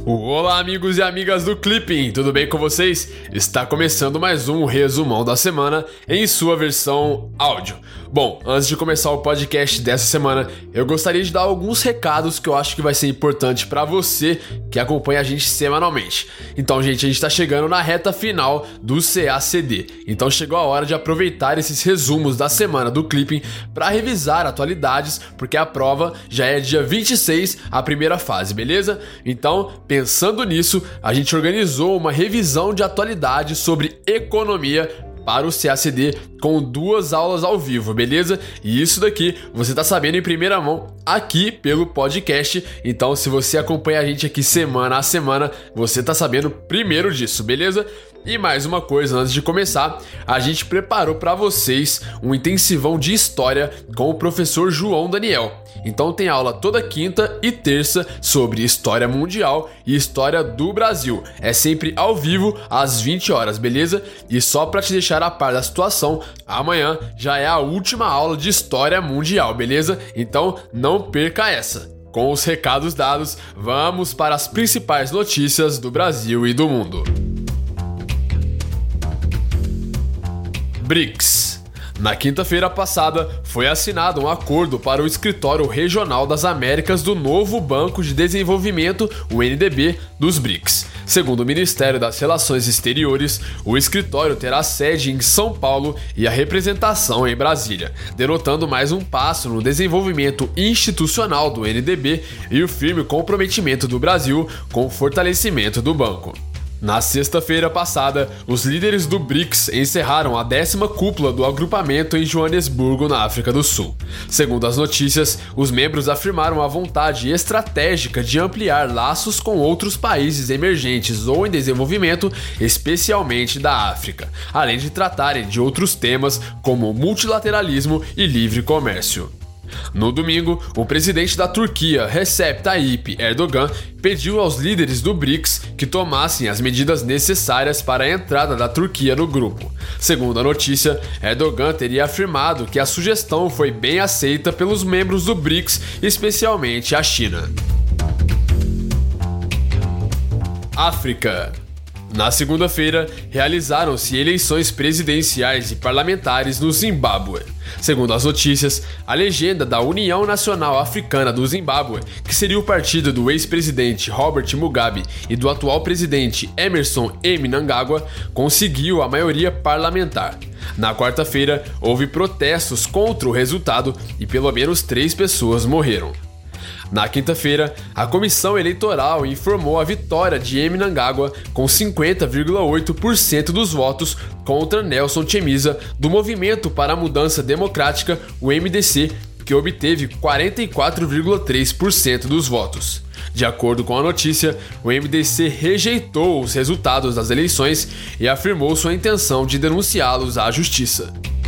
Olá, amigos e amigas do Clipping, tudo bem com vocês? Está começando mais um resumão da semana em sua versão áudio. Bom, antes de começar o podcast dessa semana, eu gostaria de dar alguns recados que eu acho que vai ser importante para você que acompanha a gente semanalmente. Então, gente, a gente está chegando na reta final do CACD. Então, chegou a hora de aproveitar esses resumos da semana do Clipping para revisar atualidades, porque a prova já é dia 26, a primeira fase, beleza? Então, pensando nisso, a gente organizou uma revisão de atualidades sobre economia para o CACD com 2 aulas ao vivo, beleza? E isso daqui você tá sabendo em primeira mão aqui pelo podcast. Então, se você acompanha a gente aqui semana a semana, você tá sabendo primeiro disso, beleza? E mais uma coisa, antes de começar, a gente preparou para vocês um intensivão de história com o professor João Daniel. Então tem aula toda quinta e terça sobre história mundial e história do Brasil. É sempre ao vivo às 20 horas, beleza? E só para te deixar a par da situação, amanhã já é a última aula de história mundial, beleza? Então não perca essa. Com os recados dados, vamos para as principais notícias do Brasil e do mundo. BRICS. Na quinta-feira passada, foi assinado um acordo para o Escritório Regional das Américas do novo Banco de Desenvolvimento, o UNDB, dos BRICS. Segundo o Ministério das Relações Exteriores, o escritório terá sede em São Paulo e a representação em Brasília, denotando mais um passo no desenvolvimento institucional do UNDB e o firme comprometimento do Brasil com o fortalecimento do banco. Na sexta-feira passada, os líderes do BRICS encerraram a 10ª cúpula do agrupamento em Joanesburgo, na África do Sul. Segundo as notícias, os membros afirmaram a vontade estratégica de ampliar laços com outros países emergentes ou em desenvolvimento, especialmente da África, além de tratarem de outros temas como multilateralismo e livre comércio. No domingo, o presidente da Turquia, Recep Tayyip Erdogan, pediu aos líderes do BRICS que tomassem as medidas necessárias para a entrada da Turquia no grupo. Segundo a notícia, Erdogan teria afirmado que a sugestão foi bem aceita pelos membros do BRICS, especialmente a China. África. Na segunda-feira, realizaram-se eleições presidenciais e parlamentares no Zimbábue. Segundo as notícias, a legenda da União Nacional Africana do Zimbábue, que seria o partido do ex-presidente Robert Mugabe e do atual presidente Emmerson Mnangagwa, conseguiu a maioria parlamentar. Na quarta-feira, houve protestos contra o resultado e pelo menos 3 pessoas morreram. Na quinta-feira, a comissão eleitoral informou a vitória de Mnangagwa com 50,8% dos votos contra Nelson Chamisa, do Movimento para a Mudança Democrática, o MDC, que obteve 44,3% dos votos. De acordo com a notícia, o MDC rejeitou os resultados das eleições e afirmou sua intenção de denunciá-los à justiça.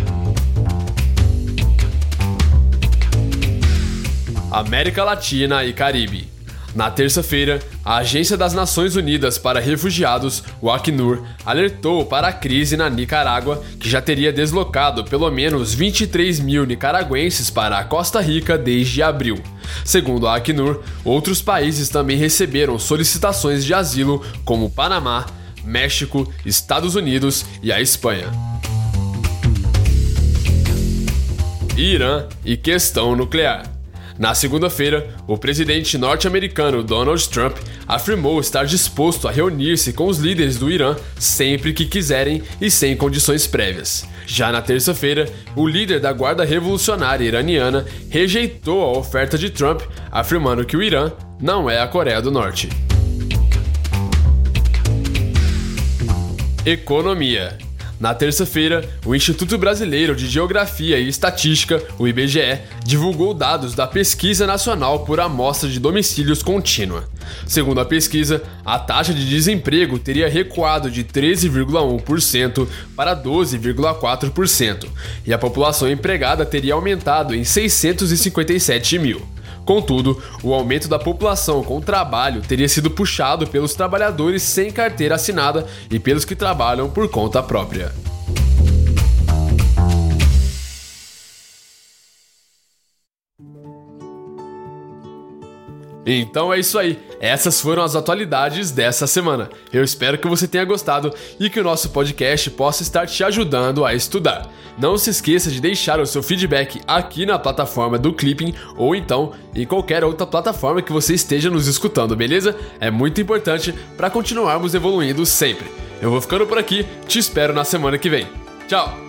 América Latina e Caribe. Na terça-feira, a Agência das Nações Unidas para Refugiados, o Acnur, alertou para a crise na Nicarágua, que já teria deslocado pelo menos 23 mil nicaragüenses para a Costa Rica desde abril. Segundo a Acnur, outros países também receberam solicitações de asilo, como Panamá, México, Estados Unidos e a Espanha. Irã e questão nuclear. Na segunda-feira, o presidente norte-americano Donald Trump afirmou estar disposto a reunir-se com os líderes do Irã sempre que quiserem e sem condições prévias. Já na terça-feira, o líder da Guarda Revolucionária Iraniana rejeitou a oferta de Trump, afirmando que o Irã não é a Coreia do Norte. Economia. Na terça-feira, o Instituto Brasileiro de Geografia e Estatística, o IBGE, divulgou dados da Pesquisa Nacional por Amostra de Domicílios Contínua. Segundo a pesquisa, a taxa de desemprego teria recuado de 13,1% para 12,4%, e a população empregada teria aumentado em 657 mil. Contudo, o aumento da população com trabalho teria sido puxado pelos trabalhadores sem carteira assinada e pelos que trabalham por conta própria. Então é isso aí, essas foram as atualidades dessa semana. Eu espero que você tenha gostado e que o nosso podcast possa estar te ajudando a estudar. Não se esqueça de deixar o seu feedback aqui na plataforma do Clipping ou então em qualquer outra plataforma que você esteja nos escutando, beleza? É muito importante para continuarmos evoluindo sempre. Eu vou ficando por aqui, te espero na semana que vem. Tchau!